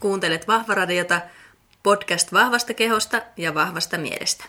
Kuuntelet Vahvaradiota, podcast vahvasta kehosta ja vahvasta mielestä.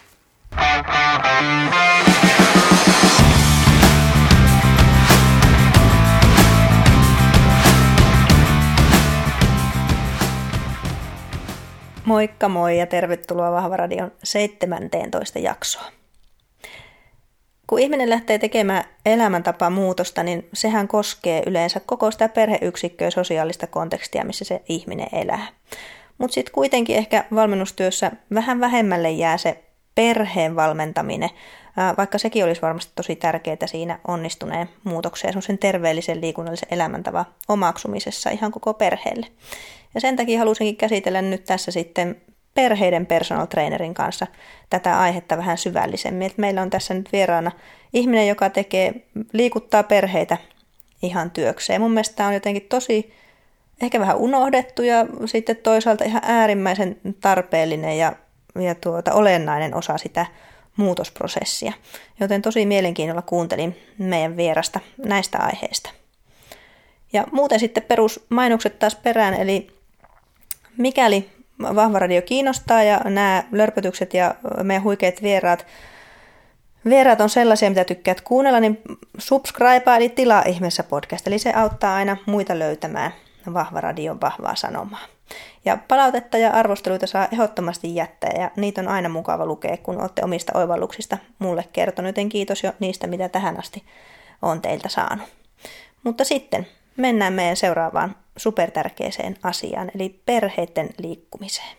Moikka moi ja tervetuloa Vahvaradion 17. jaksoon. Kun ihminen lähtee tekemään elämäntapamuutosta, niin sehän koskee yleensä koko sitä perheyksikköä ja sosiaalista kontekstia, missä se ihminen elää. Mutta sitten kuitenkin ehkä valmennustyössä vähän vähemmälle jää se perheen valmentaminen, vaikka sekin olisi varmasti tosi tärkeää siinä onnistuneen muutoksen ja semmoisen terveellisen liikunnallisen elämäntavan omaksumisessa ihan koko perheelle. Ja sen takia halusinkin käsitellä nyt tässä sitten perheiden personal trainerin kanssa tätä aihetta vähän syvällisemmin. Et meillä on tässä nyt vieraana ihminen, joka liikuttaa perheitä ihan työkseen. Mun mielestä tämä on jotenkin tosi ehkä vähän unohdettu ja sitten toisaalta ihan äärimmäisen tarpeellinen ja olennainen osa sitä muutosprosessia. Joten tosi mielenkiinnolla kuuntelin meidän vierasta näistä aiheista. Ja muuten sitten perusmainokset taas perään, eli mikäli Vahvaradio kiinnostaa ja nämä lörpötykset ja meidän huikeat vieraat on sellaisia, mitä tykkäät kuunnella, niin subscribea eli tilaa ihmeessä podcast. Eli se auttaa aina muita löytämään Vahvaradion vahvaa sanomaa. Ja palautetta ja arvosteluita saa ehdottomasti jättää ja niitä on aina mukava lukea, kun olette omista oivalluksista mulle kertonut. Joten kiitos jo niistä, mitä tähän asti olen teiltä saanut. Mutta sitten mennään meidän seuraavaan supertärkeäseen asiaan, eli perheiden liikkumiseen.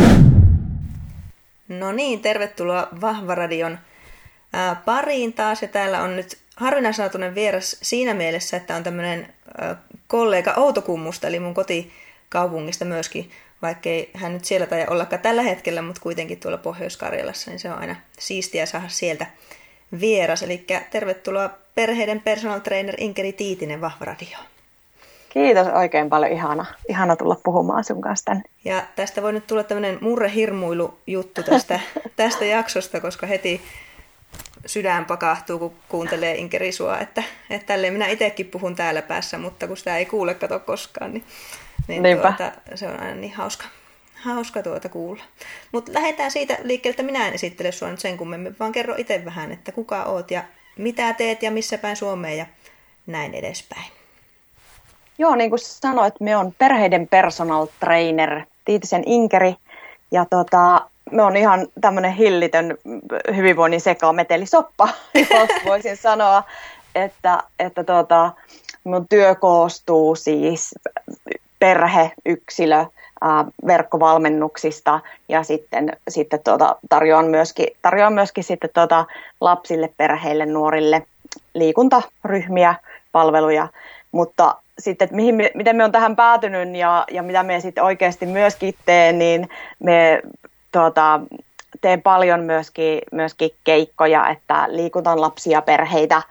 No niin, tervetuloa Vahvaradion pariin taas. Ja täällä on nyt harvinaislaatuinen vieras siinä mielessä, että on tämmöinen kollega Outokummusta, eli mun kotikaupungista myöskin, vaikkei hän nyt siellä taida ollakaan tällä hetkellä, mutta kuitenkin tuolla Pohjois-Karjalassa, niin se on aina siistiä saada sieltä vieras. Eli tervetuloa perheiden personal trainer Inkeri Tiitinen Vahvaradioon. Kiitos oikein paljon, ihana tulla puhumaan sun kanssa tänne. Ja tästä voi nyt tulla tämmöinen murrehirmuilujuttu tästä jaksosta, koska heti sydän pakahtuu, kun kuuntelee Inkeri sua, että tälleen minä itsekin puhun täällä päässä, mutta kun sitä ei kuule kato koskaan, niin se on aina niin hauska kuulla. Mutta lähdetään siitä liikkeelle, että minä en esittele sua nyt sen kummemmin, vaan kerro itse vähän, että kuka oot ja mitä teet ja missä päin Suomeen ja näin edespäin. Joo, niin kuin sanoit, me on perheiden personal trainer Tiitisen Inkeri ja me on ihan tämmöinen hillitön hyvinvoinnin sekametelisoppa, jos voisin sanoa, että mun työ koostuu siis perheyksilö verkkovalmennuksista ja sitten tarjoan myöskin sitten lapsille, perheille, nuorille liikuntaryhmiä, palveluja, mutta sitten, että miten me on tähän päätynyt ja mitä me sitten oikeasti myöskin teen, niin me teen paljon myöskin keikkoja, että liikutan lapsia ja perheitä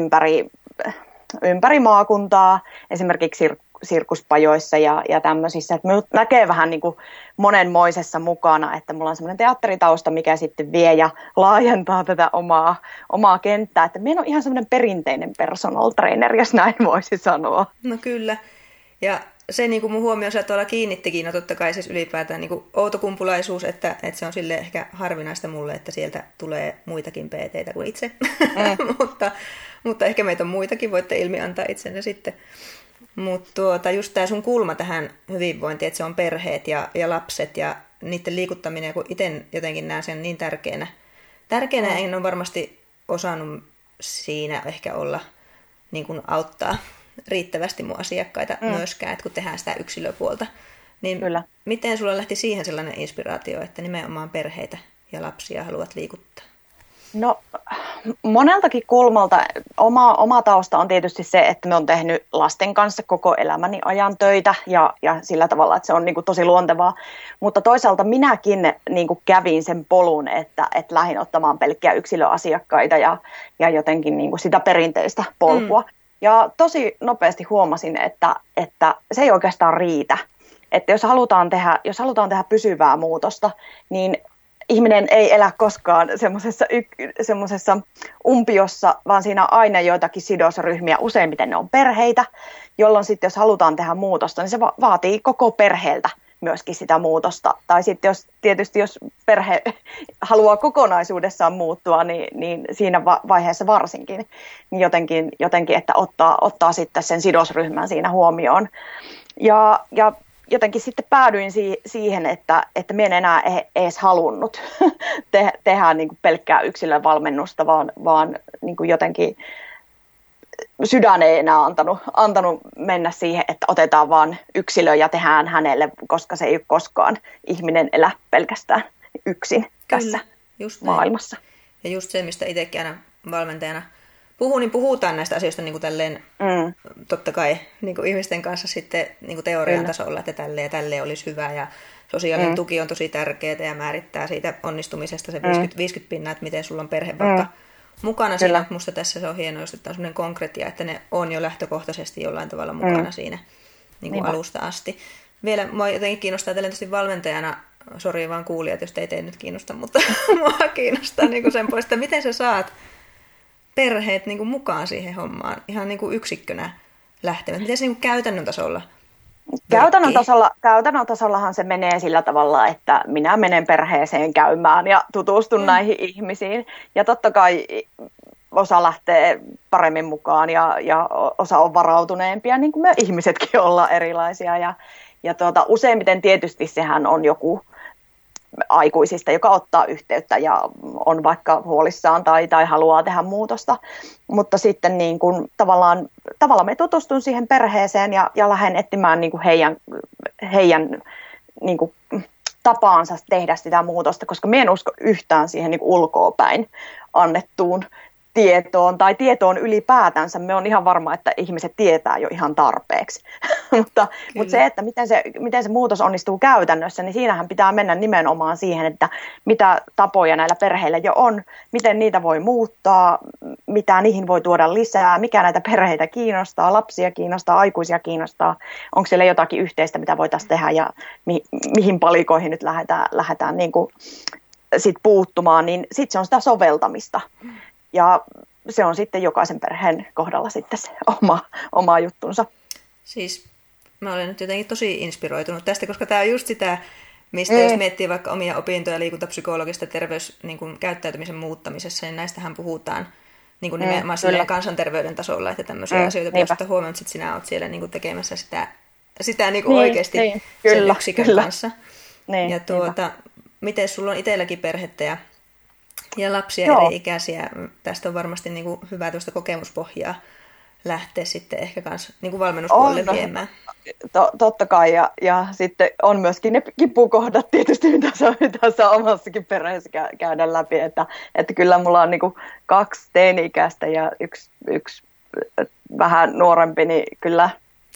ympäri maakuntaa, esimerkiksi sirkuspajoissa ja tämmöisissä. Että me näkee vähän niin kuin monenmoisessa mukana, että mulla on semmoinen teatteritausta, mikä sitten vie ja laajentaa tätä omaa kenttää. Että meillä on ihan semmoinen perinteinen personal trainer, jos näin voisi sanoa. No kyllä. Ja se niin kuin mun huomioon se tuolla kiinnittikin, no totta kai siis ylipäätään niin kuin outokumpulaisuus, että se on sille ehkä harvinaista mulle, että sieltä tulee muitakin PT:tä kuin itse. mutta ehkä meitä on muitakin, voitte ilmi antaa itsenne sitten. Mutta just tämä sun kulma tähän hyvinvointiin, että se on perheet ja lapset ja niiden liikuttaminen, kun itse jotenkin näen sen niin tärkeänä. En ole varmasti osannut siinä ehkä olla, niin kuin auttaa riittävästi mun asiakkaita myöskään, että kun tehdään sitä yksilöpuolta. Niin kyllä. Miten sulla lähti siihen sellainen inspiraatio, että nimenomaan perheitä ja lapsia haluat liikuttaa? No moneltakin kulmalta oma tausta on tietysti se, että me on tehnyt lasten kanssa koko elämäni ajan töitä ja sillä tavalla, että se on niin kuin tosi luontevaa. Mutta toisaalta minäkin niin kuin kävin sen polun, että lähdin ottamaan pelkkiä yksilöasiakkaita ja jotenkin niin kuin sitä perinteistä polkua. Ja tosi nopeasti huomasin, että se ei oikeastaan riitä. Että jos halutaan tehdä pysyvää muutosta, niin ihminen ei elä koskaan semmoisessa umpiossa, vaan siinä on aina joitakin sidosryhmiä, useimmiten ne on perheitä, jolloin sitten jos halutaan tehdä muutosta, niin se vaatii koko perheeltä myöskin sitä muutosta. Tai sitten tietysti jos perhe haluaa kokonaisuudessaan muuttua, niin siinä vaiheessa varsinkin, niin jotenkin että ottaa sitten sen sidosryhmän siinä huomioon. Ja jotenkin sitten päädyin siihen, että minä en enää edes halunnut tehdä niin kuin pelkkää yksilövalmennusta, vaan niin kuin jotenkin sydän ei enää antanut mennä siihen, että otetaan vaan yksilö ja tehdään hänelle, koska se ei ole koskaan ihminen elä pelkästään yksin tässä just maailmassa. Ja just se, mistä itsekin aina valmentajana puhun, niin puhutaan näistä asioista niin kuin tälleen, totta kai niin kuin ihmisten kanssa sitten niin kuin teorian tasolla, että tälleen olisi hyvä ja sosiaalinen tuki on tosi tärkeää ja määrittää siitä onnistumisesta se 50-50 pinnaa, että miten sulla on perhe vaikka mukana siinä. Musta tässä se on hienoa, että on sellainen konkretia, että ne on jo lähtökohtaisesti jollain tavalla mukana siinä niin kuin alusta asti. Vielä mua jotenkin kiinnostaa tietysti valmentajana, sori vaan kuulijat, jos teitä ei nyt kiinnosta, mutta mua kiinnostaa niin kuin sen puolesta, miten sä saat perheet niin kuin mukaan siihen hommaan ihan niin kuin yksikkönä lähtevät. Miten se niin kuin käytännön tasolla? Käytännön tasollahan se menee sillä tavalla, että minä menen perheeseen käymään ja tutustun näihin ihmisiin. Ja totta kai osa lähtee paremmin mukaan ja osa on varautuneempia, niin kuin me ihmisetkin ollaan erilaisia. Ja useimmiten tietysti sehän on joku aikuisista, joka ottaa yhteyttä ja on vaikka huolissaan tai haluaa tehdä muutosta. Mutta sitten niin kuin tavallaan me tutustun siihen perheeseen ja lähden etsimään niin kuin heidän niin kuin tapaansa tehdä sitä muutosta, koska minä en usko yhtään siihen niin kuin ulkoapäin annettuun tietoon tai tietoon ylipäätänsä. Me on ihan varma, että ihmiset tietää jo ihan tarpeeksi. mutta se, että miten se muutos onnistuu käytännössä, niin siinähän pitää mennä nimenomaan siihen, että mitä tapoja näillä perheillä jo on, miten niitä voi muuttaa, mitä niihin voi tuoda lisää, mikä näitä perheitä kiinnostaa, lapsia kiinnostaa, aikuisia kiinnostaa, onko siellä jotakin yhteistä, mitä voitaisiin tehdä ja mihin palikoihin nyt lähdetään niin kuin sit puuttumaan, niin sitten se on sitä soveltamista. Ja se on sitten jokaisen perheen kohdalla sitten se oma juttunsa. Siis mä olen nyt jotenkin tosi inspiroitunut tästä, koska tämä on just sitä, mistä jos miettii vaikka omia opintoja liikuntapsykologista terveyskäyttäytymisen muuttamisessa, niin näistähän puhutaan niin kuin nimenomaan kansanterveyden tasolla, että tämmöisiä asioita pitäisi ottaa huomioon, että sinä olet siellä niin kuin tekemässä sitä niin kuin oikeasti sen yksikön kanssa. Niin, ja miten sulla on itselläkin perhettä ja lapsia eri-ikäisiä. Tästä on varmasti niin kuin hyvä tuosta kokemuspohjaa lähteä sitten ehkä myös niin valmennuspuolelle viemään. Totta kai, ja sitten on myöskin ne kipukohdat tietysti, mitä saa omassakin perheessä käydä läpi, että kyllä mulla on niin kuin 2 teini-ikäistä ja yksi vähän nuorempi, niin kyllä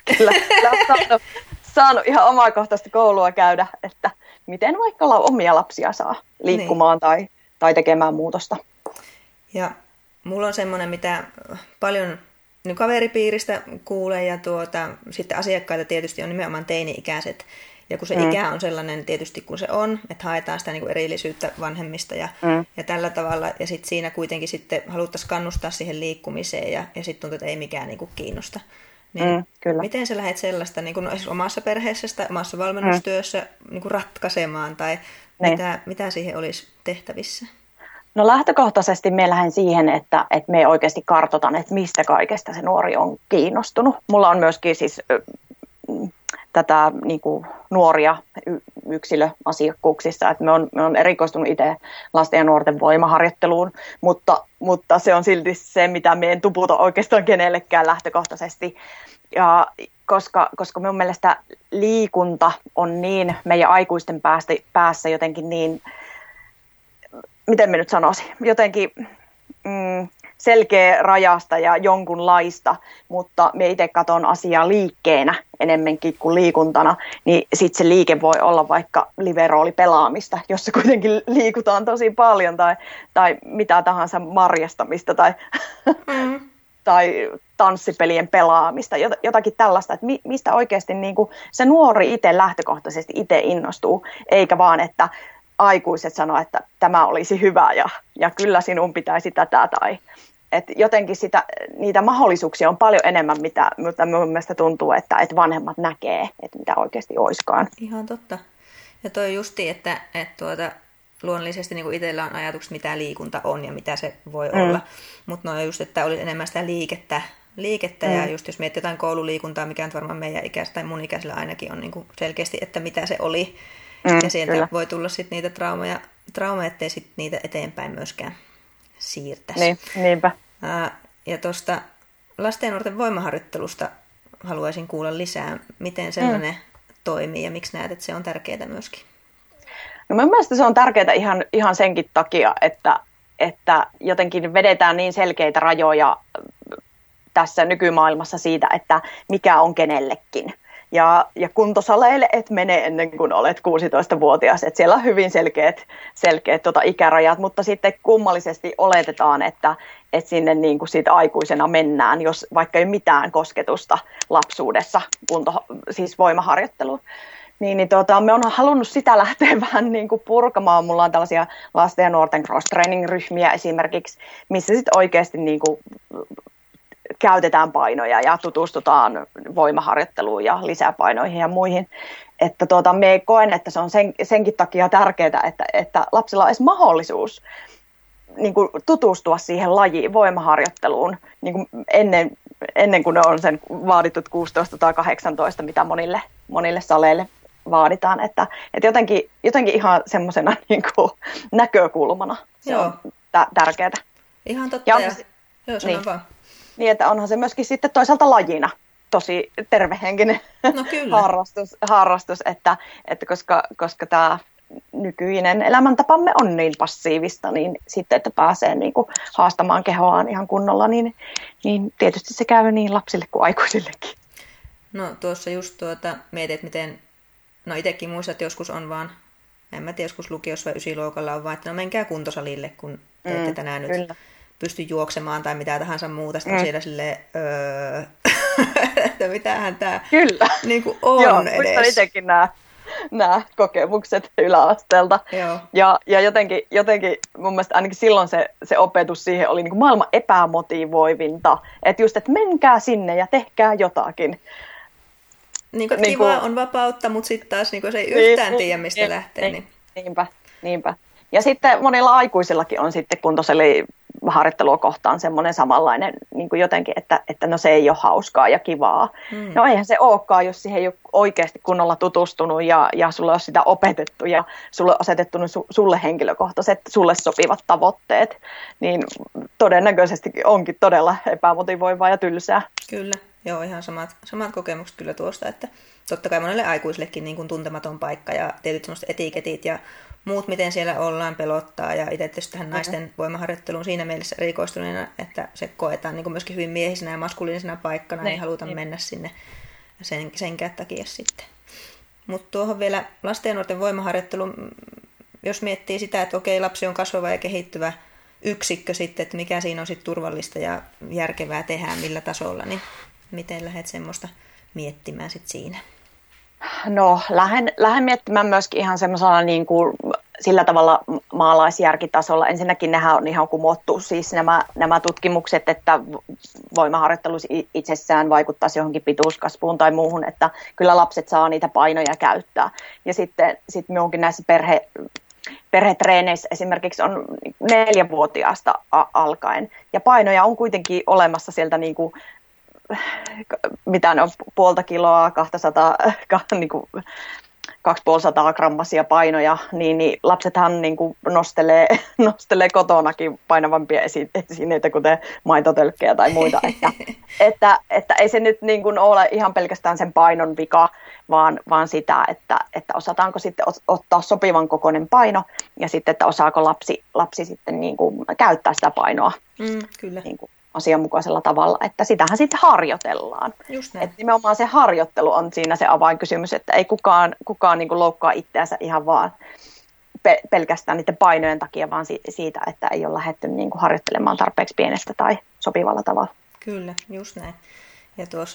saanut ihan omakohtaista koulua käydä, että miten vaikka omia lapsia saa liikkumaan tai tekemään muutosta. Ja mulla on semmoinen, mitä paljon kaveripiiristä kuulee ja sitten asiakkaita tietysti on nimenomaan teini-ikäiset. Ja kun se ikä on sellainen tietysti kun se on, että haetaan sitä niin kuin erillisyyttä vanhemmista ja tällä tavalla. Ja sitten siinä kuitenkin sitten haluttaisiin kannustaa siihen liikkumiseen ja sitten tuntuu, että ei mikään niin kuin kiinnosta. Niin miten sä lähdet sellaista niin kuin omassa perheessä tai omassa valmennustyössä niin kuin ratkaisemaan tai mitä siihen olisi tehtävissä? No lähtökohtaisesti me lähden siihen, että me oikeasti kartoitan, että mistä kaikesta se nuori on kiinnostunut. Mulla on myöskin siis tätä niin kuin nuoria yksilöasiakkuuksissa, että me on erikoistunut itse lasten ja nuorten voimaharjoitteluun, mutta se on silti se, mitä me en tuputa oikeastaan kenellekään lähtökohtaisesti. Ja koska minun mielestä liikunta on niin meidän aikuisten päässä jotenkin niin, miten me nyt sanoisin, jotenkin selkeä rajasta ja jonkunlaista, mutta me itse katson asiaa liikkeenä enemmänkin kuin liikuntana, niin sitten se liike voi olla vaikka liveroolipelaamista, jossa kuitenkin liikutaan tosi paljon tai mitä tahansa marjastamista tai tanssipelien pelaamista, jotakin tällaista, että mistä oikeasti niin kuin se nuori itse lähtökohtaisesti itse innostuu, eikä vaan, että aikuiset sanoo, että tämä olisi hyvä ja kyllä sinun pitäisi tätä että jotenkin niitä mahdollisuuksia on paljon enemmän, mitä mun mielestä tuntuu, että vanhemmat näkee, että mitä oikeasti oiskaan. Ihan totta. Ja toi justi, että luonnollisesti niin kuin itsellä on ajatukset, mitä liikunta on ja mitä se voi olla. Mutta no just, että olisi enemmän sitä liikettä ja just jos miettii jotain koululiikuntaa, mikä on varmaan meidän ikäisellä tai mun ikäisellä ainakin on niin kuin selkeästi, että mitä se oli. Ja sieltä kyllä voi tulla sitten niitä traumaa, ettei sitten niitä eteenpäin myöskään siirtäisi. Niinpä. Ja tuosta lasten ja nuorten voimaharjoittelusta haluaisin kuulla lisää. Miten sellainen toimii ja miksi näet, että se on tärkeää myöskin? No mun mielestä se on tärkeää ihan senkin takia, että jotenkin vedetään niin selkeitä rajoja tässä nykymaailmassa siitä, että mikä on kenellekin. Ja kuntosaleille et mene ennen kuin olet 16-vuotias. Et siellä on hyvin selkeät ikärajat, mutta sitten kummallisesti oletetaan, että sinne niin kuin siitä aikuisena mennään, jos vaikka ei mitään kosketusta lapsuudessa, siis voimaharjoitteluun. Me on halunnut sitä lähteä vähän niin kuin purkamaan. Mulla on tällaisia lasten ja nuorten cross-training-ryhmiä esimerkiksi, missä sitten oikeasti niin kuin käytetään painoja ja tutustutaan voimaharjoitteluun ja lisäpainoihin ja muihin. Että me koen, että se on senkin takia tärkeää, että lapsilla on edes mahdollisuus niin kuin tutustua siihen lajiin, voimaharjoitteluun, niin kuin ennen kuin ne on sen vaaditut 16 tai 18, mitä monille saleille vaaditaan. Että jotenkin ihan semmoisena niin kuin näkökulmana se on tärkeää. Ihan totta. Joo, sanon vaan. Niin, että onhan se myöskin sitten toisaalta lajina tosi tervehenkinen harrastus, että koska tämä nykyinen elämäntapamme on niin passiivista, niin sitten, että pääsee niin kuin haastamaan kehoaan ihan kunnolla, niin tietysti se käy niin lapsille kuin aikuisillekin. No tuossa just mietit, miten, no itsekin muistat, että joskus on vaan, en mä tiedä, joskus lukiossa vai ysiluokalla on vaan, että no menkää kuntosalille, kun teette tänään nyt. Kyllä. Pysty juoksemaan tai mitä tahansa muuta, sitten siellä silleen, että mitähän tämä niin kuin on. Joo, edes. Muistan itsekin nämä kokemukset yläasteelta. Ja jotenkin mun mielestä ainakin silloin se opetus siihen oli niin kuin maailman epämotivoivinta. Että just, että menkää sinne ja tehkää jotakin. Niin kuin kiva on vapautta, mutta sitten taas niin kuin se ei yhtään tiedä, mistä lähtee. Niinpä. Ja sitten monilla aikuisillakin on sitten kuntosaliharjoittelua kohtaan semmoinen samanlainen niin kuin jotenkin, että no se ei ole hauskaa ja kivaa. No eihän se olekaan, jos siihen ei ole oikeasti kunnolla tutustunut ja sulle on sitä opetettu ja sulle on asetettu sulle henkilökohtaiset, sulle sopivat tavoitteet, niin todennäköisesti onkin todella epämotivoivaa ja tylsää. Kyllä, joo, ihan samat kokemukset kyllä tuosta, että totta kai monelle aikuisillekin niin kuin tuntematon paikka ja tietyt semmoiset etiketit ja muut, miten siellä ollaan, pelottaa ja itse tietysti tähän naisten voimaharjoitteluun siinä mielessä erikoistuneena, että se koetaan niin kuin myöskin hyvin miehisenä ja maskuliinisena paikkana, niin halutaan mennä sinne senkään takia sitten. Mutta tuohon vielä lasten ja nuorten voimaharjoitteluun, jos miettii sitä, että okei, lapsi on kasvava ja kehittyvä yksikkö sitten, että mikä siinä on sitten turvallista ja järkevää tehdä, millä tasolla, niin miten lähdet semmoista miettimään sitten siinä? No, lähden miettimään myöskin ihan semmoisella niin kuin sillä tavalla maalaisjärkitasolla. Ensinnäkin nehän on ihan kumottu, siis nämä tutkimukset, että voimaharjoittelu itsessään vaikuttaisi johonkin pituuskasvuun tai muuhun, että kyllä lapset saa niitä painoja käyttää. Ja sitten minunkin näissä perhetreeneissä esimerkiksi on 4-vuotiaasta alkaen, ja painoja on kuitenkin olemassa sieltä niin kuin mitä ne on, 0,5 kiloa, 200, niin kuin 250 grammasia painoja, niin lapsethan niin kuin nostelee kotonakin painavampia esineitä, kuten maitotölkkejä tai muita. Että ei se nyt niin kuin ole ihan pelkästään sen painon vika, vaan sitä, että osataanko sitten ottaa sopivan kokoinen paino ja sitten, että osaako lapsi sitten niin kuin käyttää sitä painoa. Kyllä. Niin kuin asianmukaisella tavalla, että sitähän sitten harjoitellaan. Että nimenomaan se harjoittelu on siinä se avainkysymys, että ei kukaan niin kuin loukkaa itseänsä ihan vaan pelkästään niiden painojen takia, vaan siitä, että ei ole lähdetty niin kuin harjoittelemaan tarpeeksi pienestä tai sopivalla tavalla. Kyllä, just näin. Ja tuossa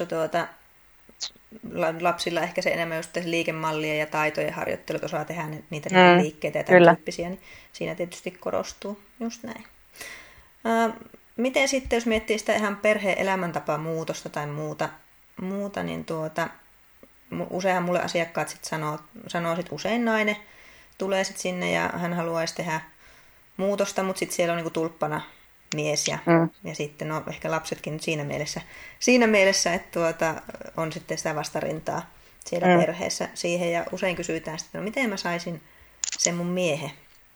lapsilla ehkä se enemmän just liikemallia ja taitojen harjoittelut osaa tehdä niitä liikkeitä ja tämän tyyppisiä, niin siinä tietysti korostuu just näin. miten sitten, jos miettii sitä ihan perheen elämäntapaa muutosta tai muuta niin useinhan mulle asiakkaat sit sanoo sit usein nainen tulee sit sinne ja hän haluaisi tehdä muutosta, mutta sitten siellä on niinku tulppana mies ja sitten no ehkä lapsetkin nyt siinä mielessä että on sitten sitä vastarintaa siellä perheessä siihen ja usein kysytään sitten, no miten mä saisin sen mun miehen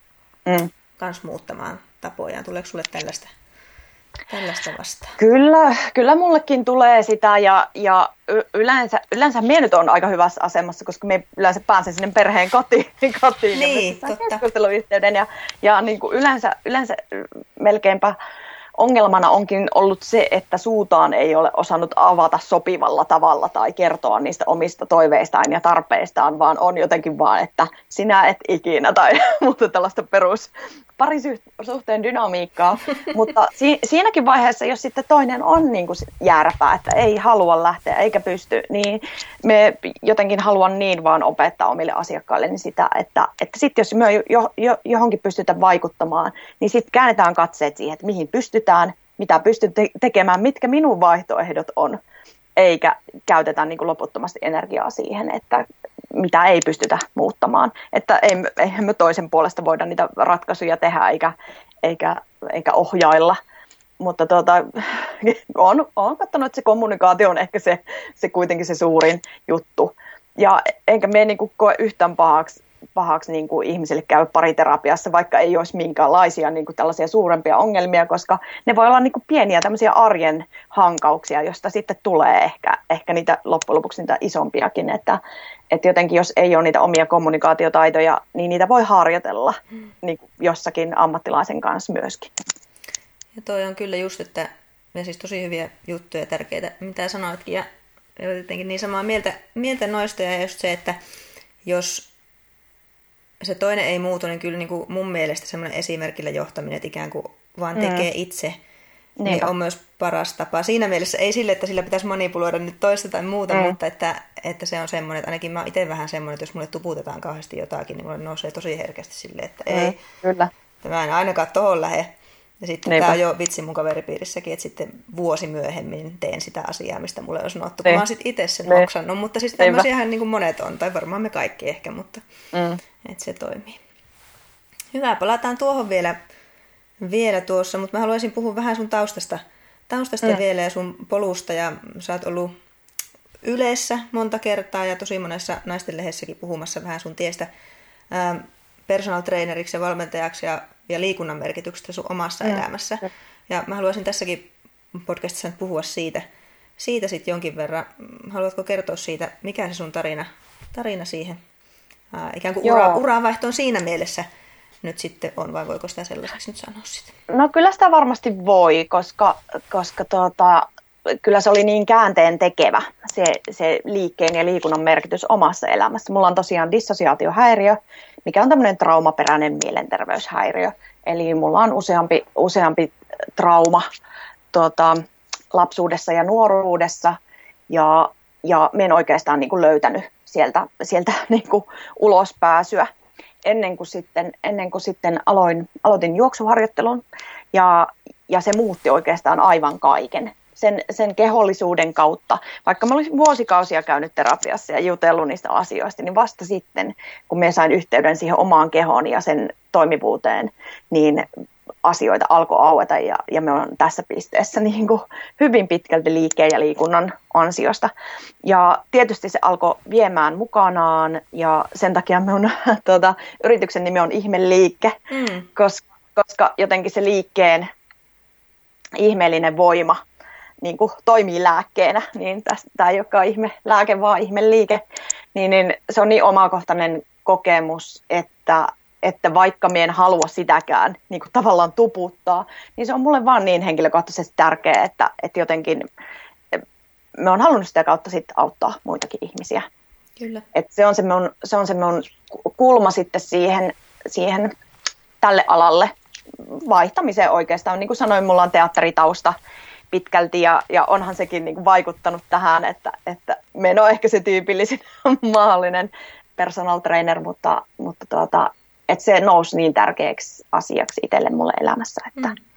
kans muuttamaan tapojaan. Tuleeko sulle tällaista vastaan? Kyllä mullekin tulee sitä ja yleensä mie nyt on aika hyvässä asemassa, koska me yleensä pääsen sinne perheen kotiin niin, ja keskusteluyhteyden ja niin kuin yleensä melkeinpä ongelmana onkin ollut se, että suutaan ei ole osannut avata sopivalla tavalla tai kertoa niistä omista toiveistaan ja tarpeistaan, vaan on jotenkin vaan, että sinä et ikinä tai muuta tällaista parisuhteen dynamiikkaa. Mutta siinäkin vaiheessa, jos sitten toinen on niin kuin järpää, että ei halua lähteä eikä pysty, niin me jotenkin haluan niin vaan opettaa omille asiakkaille niin sitä, että sitten jos me johonkin pystytään vaikuttamaan, niin sitten käännetään katseet siihen, että mihin pystytään, mitä pystyn tekemään, mitkä minun vaihtoehdot on, eikä käytetä niin kuin loputtomasti energiaa siihen, että mitä ei pystytä muuttamaan. Että eihän me toisen puolesta voida niitä ratkaisuja tehdä eikä ohjailla. Mutta olen katsonut, että se kommunikaatio on ehkä se kuitenkin se suurin juttu. Ja enkä me niin kuin koe yhtään pahaksi niin kuin ihmisille käy pariterapiassa, vaikka ei olisi minkäänlaisia niin kuin tällaisia suurempia ongelmia, koska ne voi olla niin kuin pieniä tämmöisiä arjen hankauksia, josta sitten tulee ehkä niitä loppujen lopuksi niitä isompiakin, että jotenkin jos ei ole niitä omia kommunikaatiotaitoja, niin niitä voi harjoitella niin kuin jossakin ammattilaisen kanssa myöskin. Ja toi on kyllä just, että ja siis tosi hyviä juttuja, tärkeitä, mitä sanoitkin, ja jotenkin niin samaa mieltä noista, ja just se, että jos se toinen ei muutu, niin kyllä niin kuin mun mielestä semmoinen esimerkillä johtaminen, että ikään kuin vaan tekee itse, niin on myös paras tapa. Siinä mielessä ei sille, että sillä pitäisi manipuloida nyt toista tai muuta, mutta että se on semmoinen, että ainakin mä oon itse vähän semmoinen, että jos mulle tuputetaan kauheasti jotakin, niin mulle nousee tosi herkästi silleen, että ei, kyllä. Mä en ainakaan tohon lähde. Ja sitten tämä on jo vitsi mun kaveripiirissäkin, että sitten vuosi myöhemmin teen sitä asiaa, mistä mulle on sanottu, kun mä oon sitten itse sen maksannut. Mutta siis tämmöisiähän niin kuin monet on, tai varmaan me kaikki ehkä, mutta että se toimii. Hyvä, palataan tuohon vielä tuossa, mutta mä haluaisin puhua vähän sun taustasta vielä ja sun polusta. Ja sä oot ollut Ylessä monta kertaa ja tosi monessa naistenlehdessäkin puhumassa vähän sun tiestä personal traineriksi ja valmentajaksi ja liikunnan merkityksestä sun omassa elämässä. Ja mä haluaisin tässäkin podcastissa nyt puhua siitä sitten jonkin verran. Haluatko kertoa siitä, mikä se sun tarina siihen ikään kuin uravaihtoon siinä mielessä nyt sitten on, vai voiko sitä sellaiseksi nyt sanoa sitten? No kyllä sitä varmasti voi, koska kyllä se oli niin käänteen tekevä se liikkeen ja liikunnan merkitys omassa elämässä. Mulla on tosiaan dissosiaatiohäiriö, mikä on tämmöinen traumaperäinen mielenterveyshäiriö. Eli mulla on useampi trauma lapsuudessa ja nuoruudessa ja mä en oikeastaan niin kuin löytänyt sieltä niin kuin ulospääsyä ennen kuin sitten aloitin juoksuharjoittelun ja se muutti oikeastaan aivan kaiken. Sen kehollisuuden kautta, vaikka mä olisin vuosikausia käynyt terapiassa ja jutellut niistä asioista, niin vasta sitten, kun mä sain yhteyden siihen omaan kehoon ja sen toimivuuteen, niin asioita alkoi aueta ja me on tässä pisteessä niin kuin hyvin pitkälti liikkeen ja liikunnan ansiosta. Ja tietysti se alkoi viemään mukanaan ja sen takia minun yrityksen nimi on Ihmeliike, koska jotenkin se liikkeen ihmeellinen voima niin kuin toimii lääkkeenä, niin tämä ei olekaan ihmelääke, vaan ihmeliike, niin se on niin omakohtainen kokemus, että vaikka minä en halua sitäkään niin kuin tavallaan tuputtaa, niin se on mulle vaan niin henkilökohtaisesti tärkeää, että jotenkin me on halunnut sitä kautta sitten auttaa muitakin ihmisiä. Kyllä. Että se on se mun kulma sitten siihen tälle alalle vaihtamiseen oikeastaan. Niin kuin sanoin, mulla on teatteritausta pitkälti ja onhan sekin niin kuin vaikuttanut tähän, että me en ole ehkä se tyypillisin mahdollinen personal trainer, mutta että se nousi niin tärkeäksi asiaksi itselle mulle elämässä, että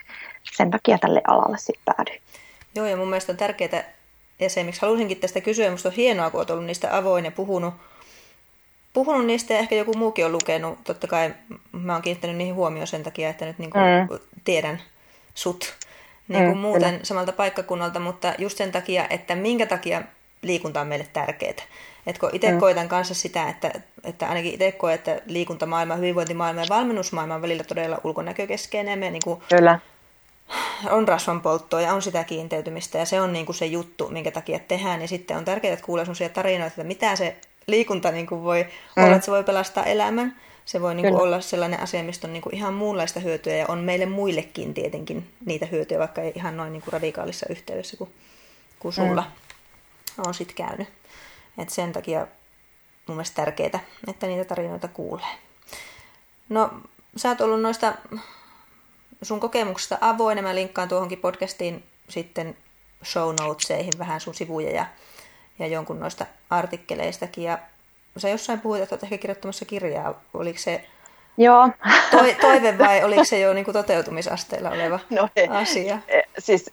sen takia tälle alalle sitten päädyin. Joo, ja mun mielestä on tärkeää, ja se miksi halusinkin tästä kysyä, musta on hienoa, kun olet ollut niistä avoin ja puhunut niistä, ja ehkä joku muukin on lukenut. Totta kai mä oon kiinnittänyt niihin huomioon sen takia, että nyt niinku tiedän sut niinku muuten kyllä samalta paikkakunnalta, mutta just sen takia, että minkä takia liikunta on meille tärkeää. Että kun itse koitan kanssa sitä, että ainakin itse koen, että liikuntamaailma, hyvinvointimaailma ja valmennusmaailma on välillä todella ulkonäkökeskeinen. Me niinku kyllä on rasvanpolttoa ja on sitä kiinteytymistä ja se on niinku se juttu, minkä takia tehdään. Ja sitten on tärkeää, että kuulee sellaisia tarinoita, että mitä se liikunta niinku voi olla, että se voi pelastaa elämän. Se voi niinku olla sellainen asia, mistä on niinku ihan muunlaista hyötyä ja on meille muillekin tietenkin niitä hyötyjä, vaikka ei ihan noin niinku radikaalissa yhteydessä kuin sulla on sitten käynyt. Et sen takia mun mielestä tärkeää, että niitä tarinoita kuulee. No, sä oot ollut noista sun kokemuksesta avoin, ja mä linkkaan tuohonkin podcastiin sitten show notesihin vähän sun sivuja ja jonkun noista artikkeleistakin. Ja sä jossain puhuit, että oot ehkä kirjoittamassa kirjaa. Oliko se Joo. Toive vai oliko se jo niin kuin toteutumisasteella oleva asia? Siis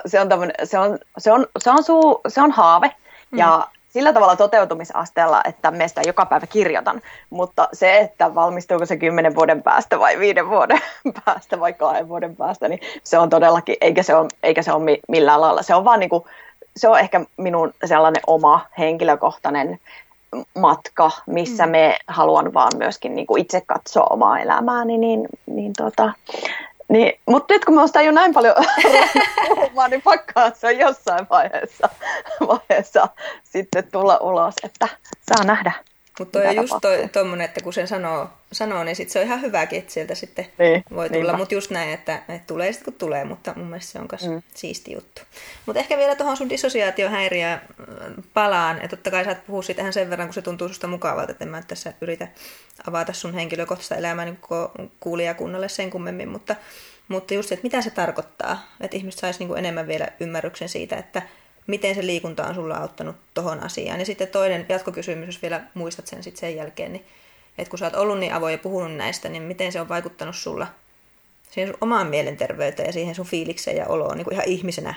se on haave ja sillä tavalla toteutumisasteella, että mä sitä joka päivä kirjoitan, mutta se, että valmistuuko se 10 vuoden päästä vai 5 vuoden päästä vai 2 vuoden päästä, niin se on todellakin, eikä se ole millään lailla. Se on vaan niin kuin, se on ehkä minun sellainen oma henkilökohtainen matka, missä me haluan vaan myöskin niin kuin itse katsoa omaa elämääni, mutta nyt kun mä oon sitä jo näin paljon puhumaan, niin pakkaa se on jossain vaiheessa sitten tulla ulos, että saa nähdä. Mutta toi on just tommonen, että kun sen sanoo niin sit se on ihan hyväkin, että sieltä sitten voi tulla. Mutta just näin, että tulee sitten kun tulee, mutta mun mielestä se on myös siisti juttu. Mutta ehkä vielä tuohon sun dissosiaatiohäiriöön palaan. Ja totta kai saat puhua siitä ihan sen verran, kun se tuntuu susta mukavalta, että en mä tässä yritä avata sun henkilökohtaista elämää niin koko kuulijakunnalle sen kummemmin. Mutta just se, että mitä se tarkoittaa, että ihmiset sais niin enemmän vielä ymmärryksen siitä, että miten se liikunta on sulla auttanut tohon asiaan. Ja sitten toinen jatkokysymys, jos vielä muistat sen sitten sen jälkeen, niin että kun sä oot ollut niin avoin ja puhunut näistä, niin miten se on vaikuttanut sulla siihen sun omaan mielenterveyteen ja siihen sun fiilikseen ja oloon niin kuin ihan ihmisenä?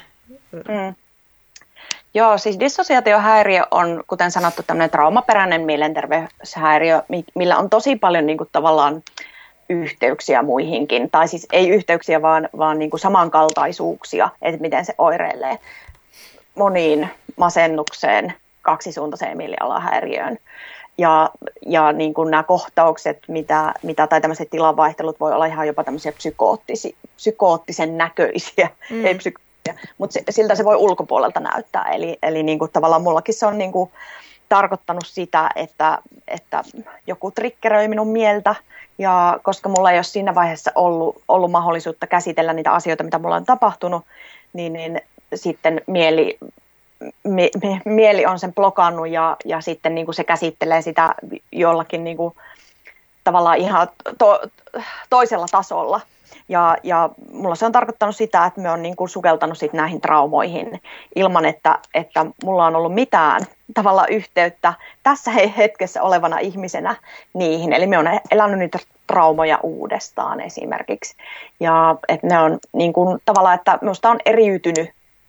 Joo, siis dissosiaatiohäiriö on, kuten sanottu, tämmöinen traumaperäinen mielenterveyshäiriö, millä on tosi paljon niin kuin tavallaan yhteyksiä muihinkin, tai siis ei yhteyksiä, vaan niin kuin samankaltaisuuksia, että miten se oireilee moniin masennukseen, kaksisuuntaiseen mielialahäiriöön. Ja niin kuin nämä kohtaukset, tai tämmöiset tilanvaihtelut voi olla ihan jopa tämmöisiä psykoottisen näköisiä, ei psykoottisia, mutta siltä se voi ulkopuolelta näyttää. Eli niin kuin tavallaan mullakin se on niin kuin tarkoittanut sitä, että joku triggeröi minun mieltä, ja koska mulla ei ole siinä vaiheessa ollut mahdollisuutta käsitellä niitä asioita, mitä mulla on tapahtunut, niin sitten mieli on sen blokannut ja sitten niin kuin se käsittelee sitä jollakin niin kuin tavallaan ihan toisella tasolla. Ja mulla se on tarkoittanut sitä, että me on niin kuin sukeltanut sit näihin traumoihin ilman, että mulla on ollut mitään tavallaan yhteyttä tässä hetkessä olevana ihmisenä niihin. Eli me on elänyt niitä traumoja uudestaan esimerkiksi. Ja että ne on niin kuin tavallaan, että minusta on eriytynyt,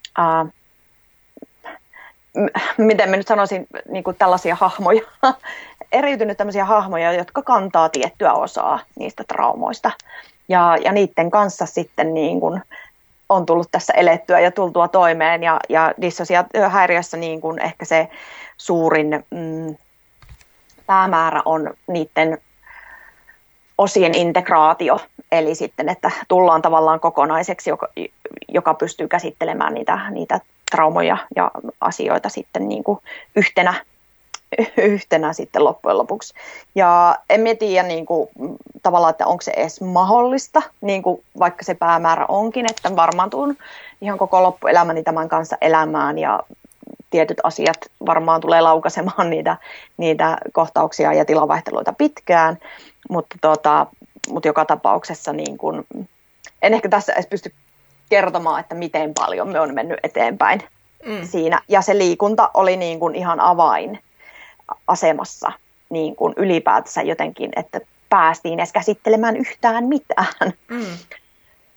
miten mä nyt sanoisin, niin kuin tällaisia hahmoja, eriytynyt tämmöisiä hahmoja, jotka kantaa tiettyä osaa niistä traumoista. Ja niiden kanssa sitten niin kuin on tullut tässä elettyä ja tultua toimeen. Ja dissosiaatiohäiriössä niin kuin ehkä se suurin päämäärä on niiden osien integraatio. Eli sitten, että tullaan tavallaan kokonaiseksi, joka pystyy käsittelemään niitä traumoja ja asioita sitten niin kuin yhtenä sitten loppujen lopuksi. Ja en tiedä niin kuin, tavallaan, että onko se edes mahdollista, niin kuin, vaikka se päämäärä onkin, että varmaan tuun ihan koko loppuelämäni tämän kanssa elämään ja tietyt asiat varmaan tulee laukaisemaan niitä kohtauksia ja tilavaihteluita pitkään, mutta joka tapauksessa niin kuin, en ehkä tässä edes pysty kertomaan, että miten paljon me on mennyt eteenpäin siinä. Ja se liikunta oli niin kuin ihan avainasemassa niin kuin ylipäätänsä jotenkin, että päästiin edes käsittelemään yhtään mitään.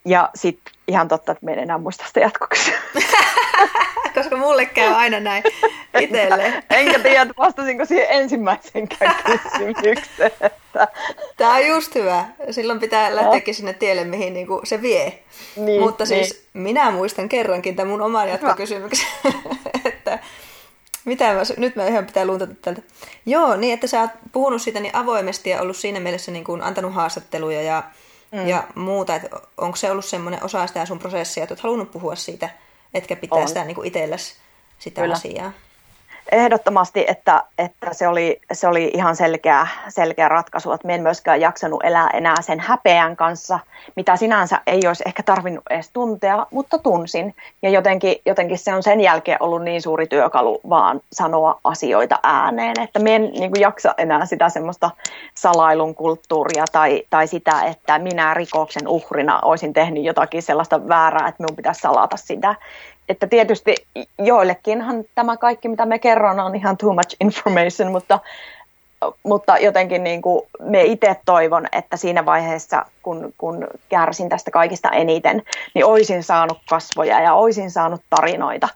Ja sitten ihan totta, että me en enää muista sitä jatkoksi. Koska mulle käy aina näin itselle. Enkä tiedä, vastasinko siihen ensimmäisenkään kysymykseen. Tämä on just hyvä. Silloin pitää lähteäkin sinne tielle, mihin niinku se vie. Niin, mutta siis minä muistan kerrankin tämän mun oman jatkokysymyksen. Että nyt mä ihan pitää luntata tältä. Joo, niin että sä oot puhunut siitä niin avoimesti ja ollut siinä mielessä niin kuin antanut haastatteluja ja muuta. Että onko se ollut semmoinen osa sitä sun prosessia, että oot halunnut puhua siitä, etkä pitää sitä niin kuin itselläsi sitä Kyllä. asiaa? Ehdottomasti, että se oli ihan selkeä ratkaisu, että mä en myöskään jaksanut elää enää sen häpeän kanssa, mitä sinänsä ei olisi ehkä tarvinnut edes tuntea, mutta tunsin. Ja jotenkin se on sen jälkeen ollut niin suuri työkalu vaan sanoa asioita ääneen, että mä en niin kuin jaksa enää sitä semmoista salailun kulttuuria tai sitä, että minä rikoksen uhrina olisin tehnyt jotakin sellaista väärää, että minun pitäisi salata sitä. Että tietysti joillekinhan tämä kaikki, mitä me kerron, on ihan too much information, mutta jotenkin niin kuin me itse toivon, että siinä vaiheessa, kun kärsin tästä kaikista eniten, niin olisin saanut kasvoja ja olisin saanut tarinoita,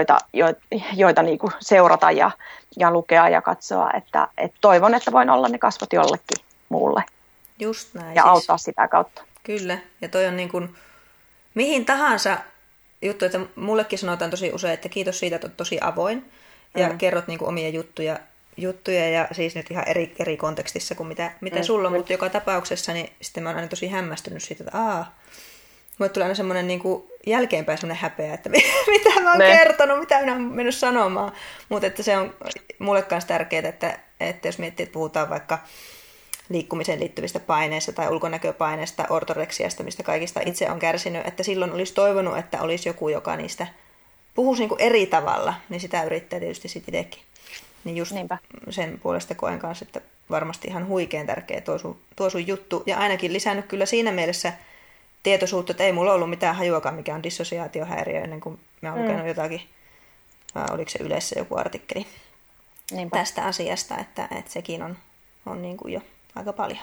joita niin kuin seurata ja lukea ja katsoa. Että toivon, että voin olla ne kasvot jollekin muulle. Just näin. Ja auttaa sitä kautta. Kyllä, ja toi on niin kuin mihin tahansa juttu, että mullekin sanotaan tosi usein, että kiitos siitä, että olet tosi avoin ja kerrot niin kuin omia juttuja ja siis nyt ihan eri kontekstissa kuin mitä sulla on, mutta joka tapauksessa niin sitten mä oon aina tosi hämmästynyt siitä, että mulle tulee aina semmoinen niin kuin jälkeenpäin semmoinen häpeä, että mitä mä oon kertonut, mitä minä oon mennyt sanomaan, mutta että se on mulle kanssa tärkeää, että jos miettii, että puhutaan vaikka liikkumiseen liittyvistä paineista tai ulkonäköpaineista, ortoreksiasta, mistä kaikista itse on kärsinyt, että silloin olisi toivonut, että olisi joku, joka niistä puhuisi niin kuin eri tavalla, niin sitä yrittää tietysti sitten itsekin. Niin just sen puolesta koen kanssa, että varmasti ihan huikean tärkeä tuo sun juttu, ja ainakin lisännyt kyllä siinä mielessä tietoisuutta, että ei mulla ollut mitään hajuakaan, mikä on dissosiaatiohäiriö, ennen kuin mä oon lukenut jotakin, oliko se Ylessä joku artikkeli tästä asiasta, että sekin on niin kuin jo aika paljon.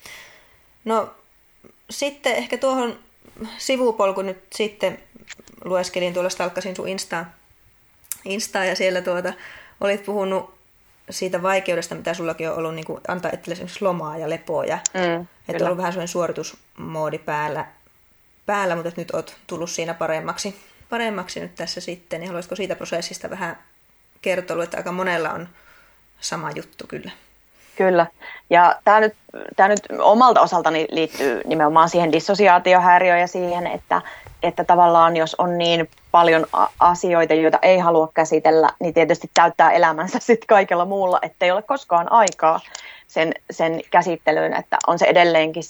No sitten ehkä tuohon sivupolku nyt sitten lueskelin, tuolla stalkkasin sun Instaa ja siellä olit puhunut siitä vaikeudesta, mitä sullakin on ollut niin kuin antaa itsellesi lomaa ja lepoa ja että on ollut vähän sellainen suoritusmoodi päällä, mutta nyt oot tullut siinä paremmaksi nyt tässä sitten, niin haluaisitko siitä prosessista vähän kertoa, että aika monella on sama juttu kyllä. Kyllä. Ja tämä nyt omalta osaltani liittyy nimenomaan siihen dissosiaatiohäiriöön ja siihen, että tavallaan jos on niin paljon asioita, joita ei halua käsitellä, niin tietysti täyttää elämänsä sitten kaikella muulla, ettei ole koskaan aikaa sen käsittelyyn, että on se edelleenkin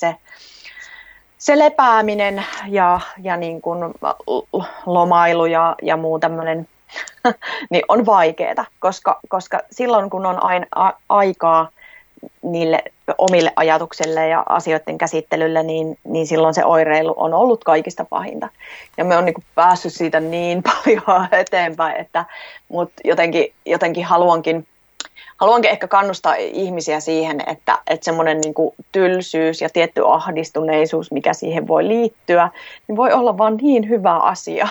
se lepääminen ja niin kuin lomailu ja muu tämmöinen niin on vaikeaa, koska silloin kun on aikaa niille omille ajatuksille ja asioiden käsittelylle, niin silloin se oireilu on ollut kaikista pahinta. Ja me on niin kuin päässyt siitä niin paljon eteenpäin, mutta jotenkin haluankin ehkä kannustaa ihmisiä siihen, että semmoinen niin kuin tylsyys ja tietty ahdistuneisuus, mikä siihen voi liittyä, niin voi olla vaan niin hyvä asia,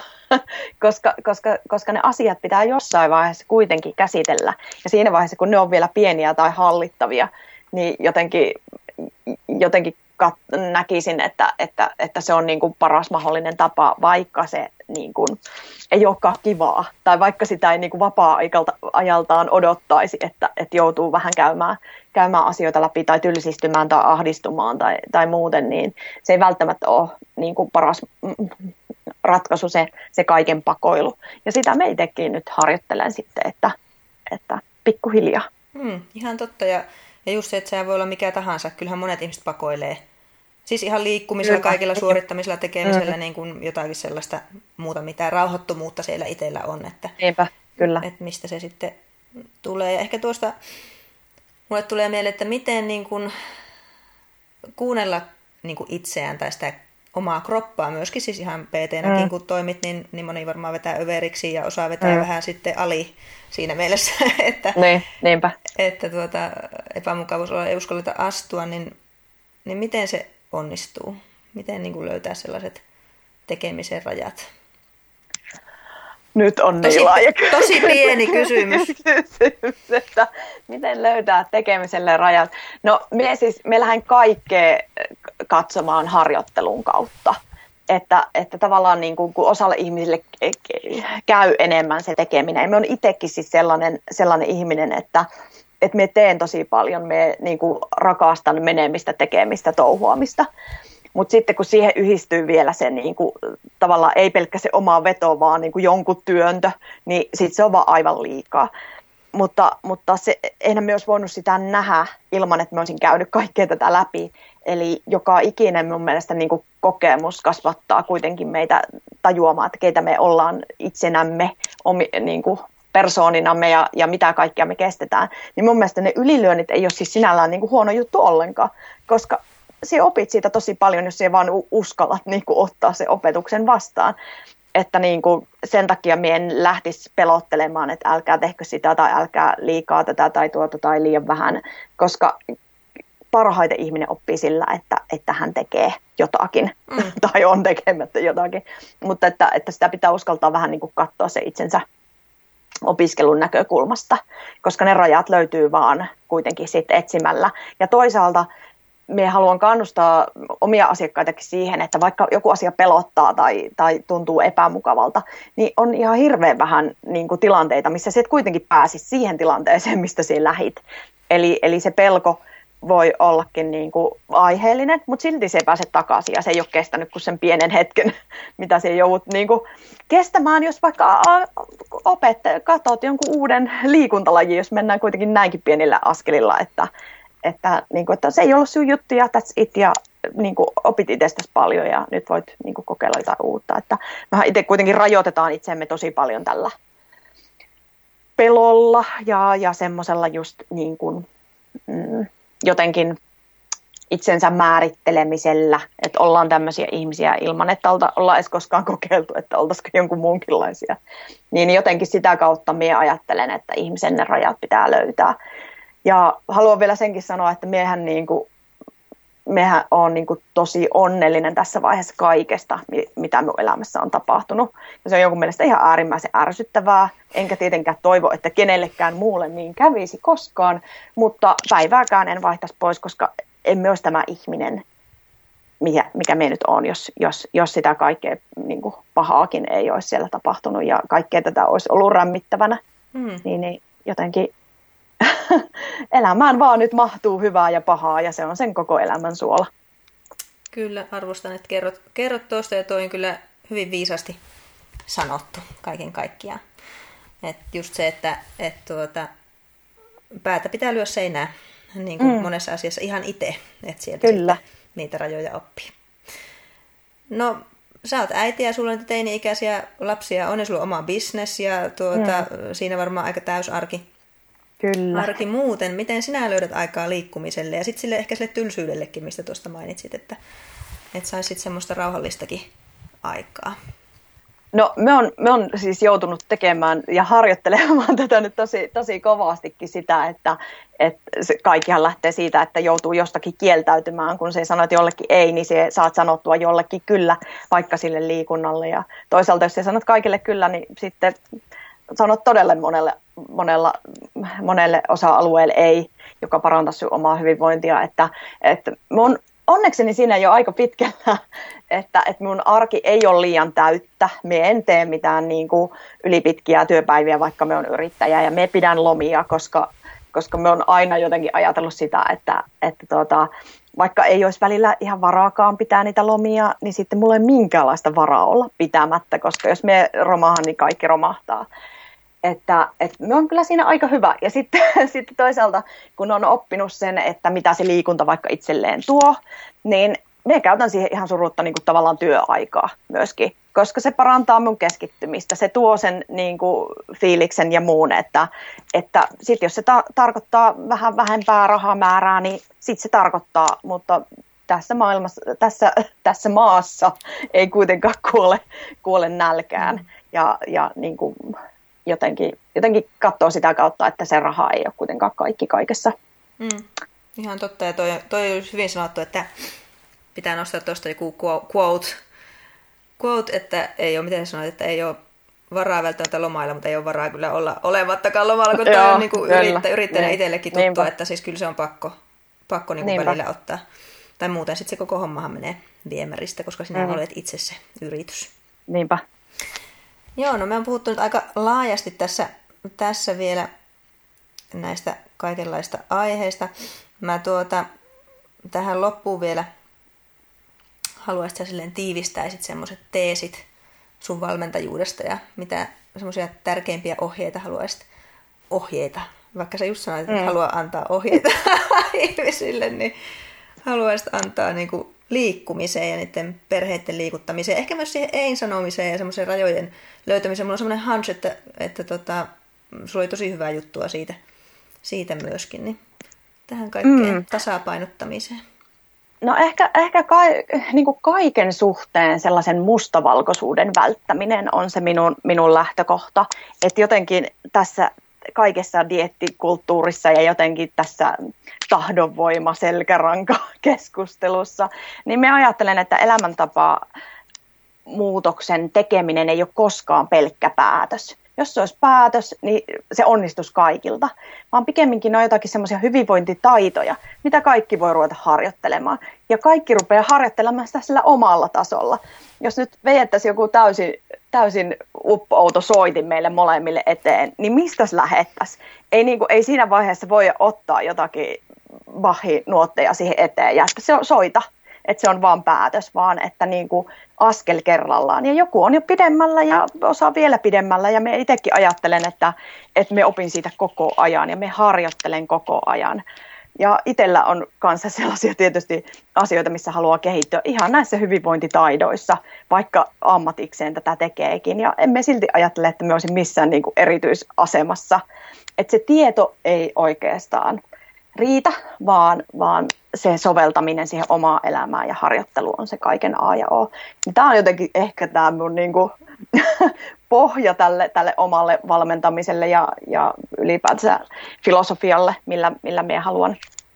koska ne asiat pitää jossain vaiheessa kuitenkin käsitellä. Ja siinä vaiheessa, kun ne on vielä pieniä tai hallittavia, niin jotenkin näkisin, että se on niin kuin paras mahdollinen tapa, vaikka se niin kuin ei olekaan kivaa. Tai vaikka sitä ei niin kuin vapaa-ajaltaan odottaisi, että joutuu vähän käymään asioita läpi tai tylsistymään tai ahdistumaan tai muuten, niin se ei välttämättä ole niin kuin paras ratkaisu se kaiken pakoilu. Ja sitä me itsekin nyt harjoittelen sitten, että pikkuhiljaa. Ihan totta. Ja just se, että se voi olla mikä tahansa. Kyllähän monet ihmiset pakoilee. Siis ihan liikkumisella, kaikilla suorittamisella, tekemisellä niin kuin jotakin sellaista muuta, mitä rauhattomuutta siellä itsellä on. Eipä, kyllä. Että mistä se sitten tulee. Ja ehkä tuosta mulle tulee mieleen, että miten niin kuin kuunnella niin kuin itseään tai sitä omaa kroppaa myöskin, siis ihan PT-näkin kun toimit, niin moni varmaan vetää överiksi ja osaa vetää vähän sitten ali siinä mielessä, että epämukavuus ei uskalleta astua, niin miten se onnistuu? Miten niin kuin löytää sellaiset tekemisen rajat? Nyt on niin laaja tosi pieni kysymys. Että miten löytää tekemiselle rajat? No me lähden kaikkea katsomaan harjoittelun kautta. Että tavallaan niin kun osalle ihmisille käy enemmän se tekeminen. Ja me on itsekin siis sellainen ihminen, että me teen tosi paljon, me niin kuin rakastan menemistä, tekemistä, touhuamista. Mutta sitten kun siihen yhdistyy vielä se niin kuin, tavallaan ei pelkkä se oma veto, vaan niin kuin jonkun työntö, niin sitten se on vaan aivan liikaa. Mutta se, eihän me olisi voinut sitä nähdä ilman, että me olisin käynyt kaikkea tätä läpi. Eli joka ikinen mun mielestä niin kuin kokemus kasvattaa kuitenkin meitä tajuamaan, että keitä me ollaan itsenämme, niin kuin persooninamme ja mitä kaikkea me kestetään. Niin mun mielestä ne ylilyönnit ei ole siis sinällään niin kuin huono juttu ollenkaan, koska sinä opit siitä tosi paljon, jos sinä vaan uskallat niin kuin ottaa sen opetuksen vastaan. Että niin kuin sen takia minä en lähtisi pelottelemaan, että älkää tehkö sitä tai älkää liikaa tätä tai tuota tai liian vähän, koska parhaiten ihminen oppii sillä, että hän tekee jotakin tai on tekemättä jotakin. Mutta että sitä pitää uskaltaa vähän niin kuin katsoa se itsensä opiskelun näkökulmasta, koska ne rajat löytyy vaan kuitenkin sitten etsimällä. Ja toisaalta minä haluan kannustaa omia asiakkaitakin siihen, että vaikka joku asia pelottaa tai tuntuu epämukavalta, niin on ihan hirveän vähän niin kuin tilanteita, missä se kuitenkin pääsisi siihen tilanteeseen, mistä sinä lähit. Eli se pelko voi ollakin niin kuin aiheellinen, mutta silti se ei pääse takaisin ja se ei ole kestänyt kuin sen pienen hetken, mitä se joudut niin kuin kestämään, jos vaikka katsot jonkun uuden liikuntalajin, jos mennään kuitenkin näinkin pienillä askelilla, niin kuin, että se ei ollut sun juttu ja that's it ja niin kuin opit itsestäsi paljon ja nyt voit niin kuin kokeilla jotain uutta. Että mehän itse kuitenkin rajoitetaan itsemme tosi paljon tällä pelolla ja semmoisella just niin kuin, jotenkin itsensä määrittelemisellä, että ollaan tämmöisiä ihmisiä ilman, että ollaan edes koskaan kokeiltu, että oltaisiko jonkun muunkinlaisia. Niin jotenkin sitä kautta minä ajattelen, että ihmisen ne rajat pitää löytää. Ja haluan vielä senkin sanoa, että mehän on niin kuin tosi onnellinen tässä vaiheessa kaikesta, mitä minun elämässä on tapahtunut. Ja se on jonkun mielestä ihan äärimmäisen ärsyttävää, enkä tietenkään toivo, että kenellekään muulle niin kävisi koskaan, mutta päivääkään en vaihtaisi pois, koska emme olisi tämä ihminen, mikä me nyt on, jos sitä kaikkea niin kuin pahaakin ei olisi siellä tapahtunut ja kaikkea tätä olisi ollut rämmittävänä, niin jotenkin elämään vaan nyt mahtuu hyvää ja pahaa ja se on sen koko elämän suola. Kyllä, arvostan, että kerrot tuosta ja toi on kyllä hyvin viisasti sanottu kaiken kaikkiaan. Että just se, että päätä pitää lyödä seinään niin kuin monessa asiassa ihan itse, että sieltä niitä rajoja oppii. No, sä oot äiti ja sulla on teini-ikäisiä lapsia, on sulla oma business ja siinä varmaan aika täysarki. Kyllä. Arki muuten. Miten sinä löydät aikaa liikkumiselle ja sitten ehkä sille tylsyydellekin, mistä tuosta mainitsit, että saisit semmoista rauhallistakin aikaa? No me on siis joutunut tekemään ja harjoittelemaan tätä nyt tosi kovastikin sitä, että kaikkihan lähtee siitä, että joutuu jostakin kieltäytymään, kun se sanoo, että jollekin ei, niin se saat sanottua jollekin kyllä vaikka sille liikunnalle ja toisaalta jos sä sanot kaikille kyllä, niin sitten sanot todella monelle osa-alueelle ei, joka parantaa sun omaa hyvinvointia, että mun onnekseni siinä jo aika pitkällä, että mun arki ei ole liian täyttä. Me en tee mitään niin kuin ylipitkiä työpäiviä, vaikka me on yrittäjä ja me pidän lomia, koska me on aina jotenkin ajatellut sitä, että vaikka ei olisi välillä ihan varaakaan pitää niitä lomia, niin sitten mulla ei minkäänlaista varaa olla pitämättä, koska jos me romahan, niin kaikki romahtaa. Että me on kyllä siinä aika hyvä. Ja sitten toisaalta, kun on oppinut sen, että mitä se liikunta vaikka itselleen tuo, niin me käytän siihen ihan surutta niin kuin tavallaan työaikaa myöskin, koska se parantaa mun keskittymistä. Se tuo sen niin kuin fiiliksen ja muun, että sitten jos se tarkoittaa vähän vähempää rahamäärää, niin sitten se tarkoittaa, mutta tässä maailmassa, tässä maassa ei kuitenkaan kuole nälkään ja niin kuin jotenkin katsoo sitä kautta, että se raha ei ole kuitenkaan kaikki kaikessa. Ihan totta, ja toi on hyvin sanottu, että pitää nostaa tuosta joku quote quote, että ei ole, miten sanoit, että ei ole varaa välttämättä lomailla, mutta ei ole varaa kyllä olla olemattakaan lomalla, kun toi on niin yrittäjänä itsellekin tuttua, että siis kyllä se on pakko niin kuin välillä ottaa. Tai muuten sitten se koko hommahan menee viemäristä, koska sinä olet itse se yritys. Niinpä. Joo, no me on puhuttu nyt aika laajasti tässä vielä näistä kaikenlaista aiheista. Mä tähän loppuun vielä haluaisin, että sä silleen tiivistäisit semmoiset teesit sun valmentajuudesta ja mitä semmoisia tärkeimpiä ohjeita haluaisit, vaikka sä just sanoit, että haluaa antaa ohjeita ihmisille, niin haluaisit antaa niinku liikkumiseen ja niiden perheiden liikuttamiseen, ehkä myös siihen ei-sanomiseen ja semmoisen rajojen löytämiseen. Mulla on semmoinen hunch, että sulla oli tosi hyvää juttua siitä myöskin, niin tähän kaikkeen tasapainottamiseen. No ehkä niin kuin kaiken suhteen sellaisen mustavalkoisuuden välttäminen on se minun lähtökohta. Että jotenkin tässä kaikessa dieettikulttuurissa ja jotenkin tässä tahdonvoima selkäranka keskustelussa, niin me ajattelen, että elämäntapa muutoksen tekeminen ei ole koskaan pelkkä päätös. Jos se olisi päätös, niin se onnistuisi kaikilta, vaan pikemminkin on jotakin semmoisia hyvinvointitaitoja, mitä kaikki voi ruveta harjoittelemaan. Ja kaikki rupeaa harjoittelemaan sitä sillä omalla tasolla. Jos nyt vejettäisiin joku täysin uppouto soitin meille molemmille eteen, niin mistäs lähettäisiin? Ei siinä vaiheessa voi ottaa jotakin Bach-nuotteja siihen eteen ja että se soita. Että se on vaan päätös, vaan että niin kuin askel kerrallaan. Ja joku on jo pidemmällä ja osaa vielä pidemmällä. Ja me itsekin ajattelen, että me opin siitä koko ajan ja me harjoittelen koko ajan. Ja itsellä on kanssa sellaisia tietysti asioita, missä haluaa kehittyä ihan näissä hyvinvointitaidoissa, vaikka ammatikseen tätä tekeekin. Ja emme silti ajattele, että me olisin missään niin kuin erityisasemassa. Että se tieto ei oikeastaan riitä, vaan se soveltaminen siihen omaan elämään ja harjoittelu on se kaiken A ja O. Tämä on jotenkin ehkä tämä mun niinku pohja tälle omalle valmentamiselle ja ylipäätään filosofialle, millä minä haluan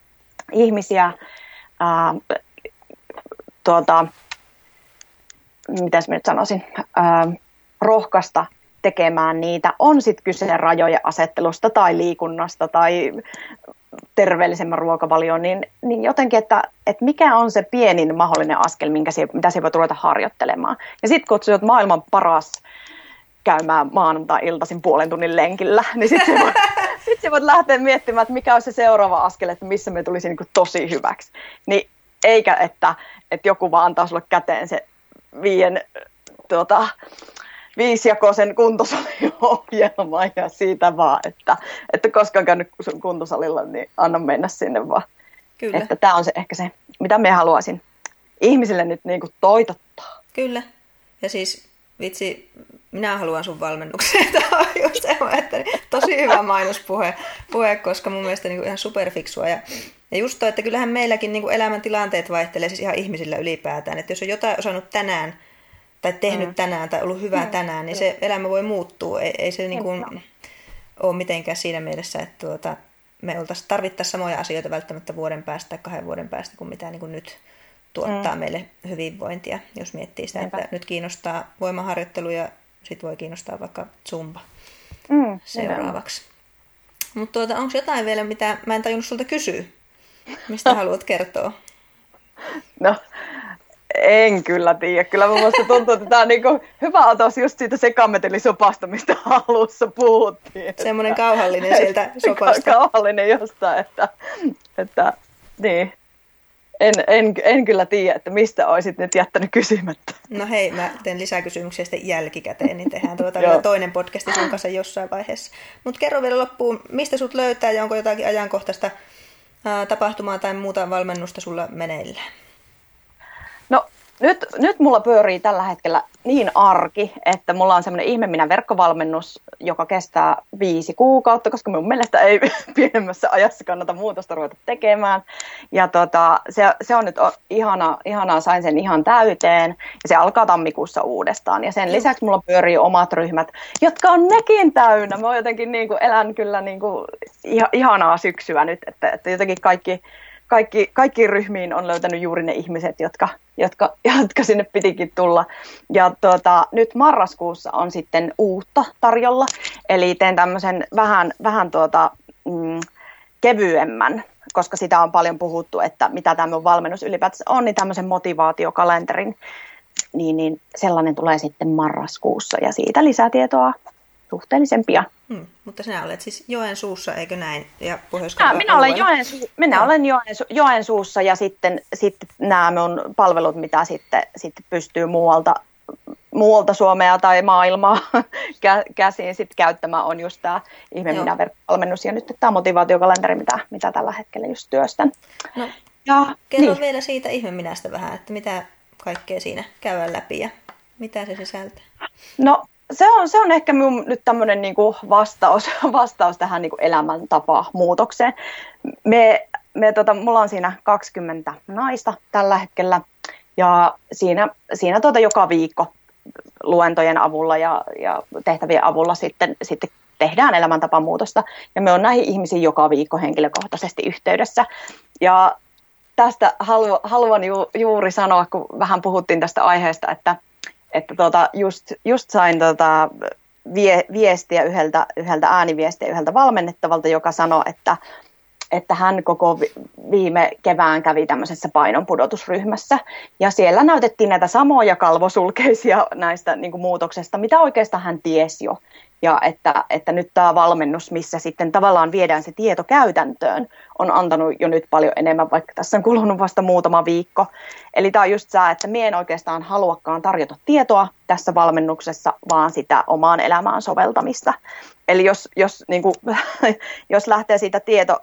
ihmisiä mitäs mä nyt sanoisin, rohkaista tekemään niitä. On sitten kyse rajojen asettelusta tai liikunnasta tai terveellisemmän ruokavalion, niin jotenkin, että mikä on se pienin mahdollinen askel, mitä se voi ruveta harjoittelemaan. Ja sitten kun olet maailman paras käymään maanantai-iltaisin puolen tunnin lenkillä, niin sitten sä voit lähteä miettimään, että mikä on se seuraava askel, että missä me tulisi niin kuin tosi hyväksi. Niin, eikä, että joku vaan antaa sulle käteen se 5-jakoisen kuntosaliohjelman ja siitä vaan, että koska on käynyt kuntosalilla, niin anna mennä sinne vaan. Kyllä. Että tämä on se ehkä se, mitä me haluaisin ihmisille nyt niin kuin toitottaa. Kyllä. Ja siis vitsi, minä haluan sun valmennukseen. Tämä on just semmoinen, tosi hyvä mainospuhe, koska mun mielestä niin kuin ihan superfiksua. Ja just toi, että kyllähän meilläkin niin kuin elämäntilanteet vaihtelee siis ihan ihmisillä ylipäätään. Että jos on jotain osannut tänään, tai tehnyt tänään tai ollut hyvää tänään, niin se elämä voi muuttua. Ei se niin kuin ole mitenkään siinä mielessä, että me tarvittaisiin samoja asioita välttämättä vuoden päästä tai 2 vuoden päästä kuin mitä niin kuin nyt tuottaa meille hyvinvointia, jos miettii sitä, että nyt kiinnostaa voimaharjoittelu ja sitten voi kiinnostaa vaikka zumba seuraavaksi. Mutta onko jotain vielä, mitä mä en tajunnut sulta kysyä? Mistä haluat kertoa? No, en kyllä tiedä. Kyllä mun mielestä tuntuu, että tämä on niinku hyvä otos just siitä sekametelisopasta, mistä alussa puhuttiin. Semmoinen kauhallinen sieltä sopasta. Kauhallinen jostain, että niin. En kyllä tiedä, että mistä olisit nyt jättänyt kysymättä. No hei, mä teen lisäkysymyksiä sitten jälkikäteen, niin tehdään vielä toinen podcasti sun kanssa jossain vaiheessa. Mutta kerro vielä loppuun, mistä sut löytää ja onko jotakin ajankohtaista tapahtumaa tai muuta valmennusta sulla meneillään? No nyt mulla pyörii tällä hetkellä niin arki, että mulla on semmoinen ihmeminä verkkovalmennus, joka kestää 5 kuukautta, koska mun mielestä ei pienemmässä ajassa kannata muutosta ruveta tekemään. Ja se on nyt ihanaa, sain sen ihan täyteen ja se alkaa tammikuussa uudestaan. Ja sen lisäksi mulla pyörii omat ryhmät, jotka on nekin täynnä. Mä jotenkin elän kyllä ihanaa syksyä nyt, että jotenkin kaikki kaikkiin ryhmiin on löytänyt juuri ne ihmiset, jotka sinne pitikin tulla. Ja nyt marraskuussa on sitten uutta tarjolla, eli teen tämmöisen vähän kevyemmän, koska sitä on paljon puhuttu, että mitä tämä mun valmennus ylipäätänsä on, niin tämmöisen motivaatiokalenterin, niin sellainen tulee sitten marraskuussa ja siitä lisätietoa suhteellisen pian. Mutta sinä olet siis Joensuussa, eikö näin? Ja minä olen Joensuussa ja sitten nämä mun palvelut, mitä sitten pystyy muualta Suomea tai maailmaa käsiin sitten käyttämään, on just tämä Ihme Minä -verkkovalmennus ja nyt tämä motivaatiokalenteri, mitä tällä hetkellä just työstän. No, kerro vielä siitä Ihme Minästä vähän, että mitä kaikkea siinä käydään läpi ja mitä se sisältää? No se on ehkä minun nyt tämmöinen niinku vastaus tähän niinku elämäntapa muutokseen. Mulla on siinä 20 naista tällä hetkellä ja siinä joka viikko luentojen avulla ja tehtävien avulla sitten tehdään elämäntapamuutosta. Ja me on näihin ihmisiin joka viikko henkilökohtaisesti yhteydessä. Ja tästä haluan juuri sanoa, kun vähän puhuttiin tästä aiheesta, että just sain viestiä yhdeltä ääniviestiä yhdeltä valmennettavalta, joka sanoi, että hän koko viime kevään kävi tämmöisessä painonpudotusryhmässä. Ja siellä näytettiin näitä samoja kalvosulkeisia näistä niin kuin muutoksesta, mitä oikeastaan hän tiesi jo. Ja että nyt tämä valmennus, missä sitten tavallaan viedään se tieto käytäntöön, on antanut jo nyt paljon enemmän, vaikka tässä on kulunut vasta muutama viikko. Eli tämä on just se, että minä en oikeastaan haluakaan tarjota tietoa tässä valmennuksessa, vaan sitä omaan elämään soveltamista. Eli jos lähtee siitä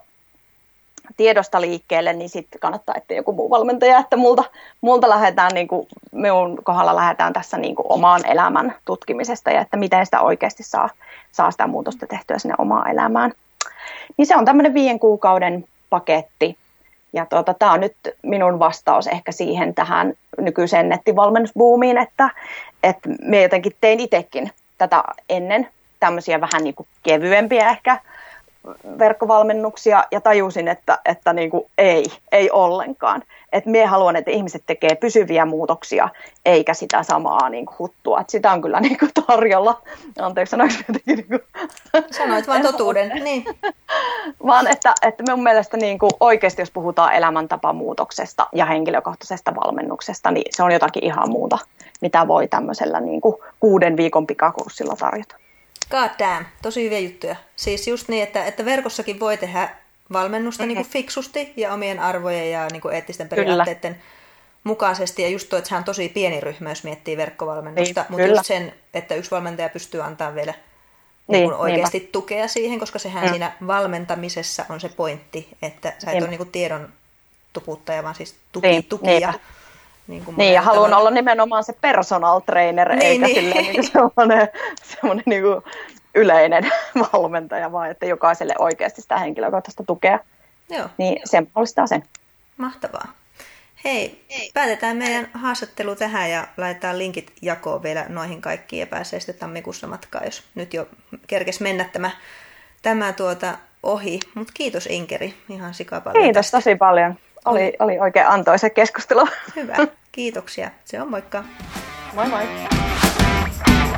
tiedosta liikkeelle, niin sitten kannattaa, että joku muu valmentaja, että multa lähdetään, niin kuin, minun kohdalla lähdetään tässä niin kuin omaan elämän tutkimisesta ja että miten sitä oikeasti saa sitä muutosta tehtyä sinne omaan elämään. Niin se on tämmöinen 5 kuukauden paketti ja tämä on nyt minun vastaus ehkä siihen tähän nykyiseen nettivalmennusbuumiin, että me jotenkin tein itsekin tätä ennen tämmöisiä vähän niin kuin kevyempiä ehkä verkkovalmennuksia ja tajusin, että niin kuin ei ollenkaan. Että minä haluan, että ihmiset tekee pysyviä muutoksia, eikä sitä samaa niin kuin huttua. Että sitä on kyllä niin kuin tarjolla. Anteeksi, sanoinko jotenkin niin kuin... Sanoit vaan totuuden. Niin. Vaan että minun mielestä niin kuin oikeasti, jos puhutaan elämäntapamuutoksesta ja henkilökohtaisesta valmennuksesta, niin se on jotakin ihan muuta, mitä voi tämmöisellä niin kuin 6 viikon pikakurssilla tarjota. God damn, tosi hyviä juttuja. Siis just niin, että verkossakin voi tehdä valmennusta niin kuin fiksusti ja omien arvojen ja niin kuin eettisten periaatteiden mukaisesti. Ja just tuo, että sehän on tosi pieni ryhmä, jos miettii verkkovalmennusta. Mutta just sen, että yksi valmentaja pystyy antamaan vielä oikeasti tukea siihen, koska sehän siinä valmentamisessa on se pointti, että sä et ole niin kuin tiedon tuputtaja, vaan siis tukija. Niin, ja haluan olla nimenomaan se personal trainer, eikä silleen niin semmoinen niin kuin yleinen valmentaja, vaan että jokaiselle oikeasti sitä henkilökohtaista tukea. Joo. Niin se mahdollistaa sen. Mahtavaa. Hei, päätetään meidän haastattelu tähän ja laitetaan linkit jakoon vielä noihin kaikkiin ja pääsee sitten tammikuussa matkaan, jos nyt jo kerkes mennä tämä ohi. Mutta kiitos Inkeri, ihan sikapaljon. Kiitos tosi paljon. Oli oikein antoisa keskustelu. Hyvä, kiitoksia. Se on moikka. Moi moi.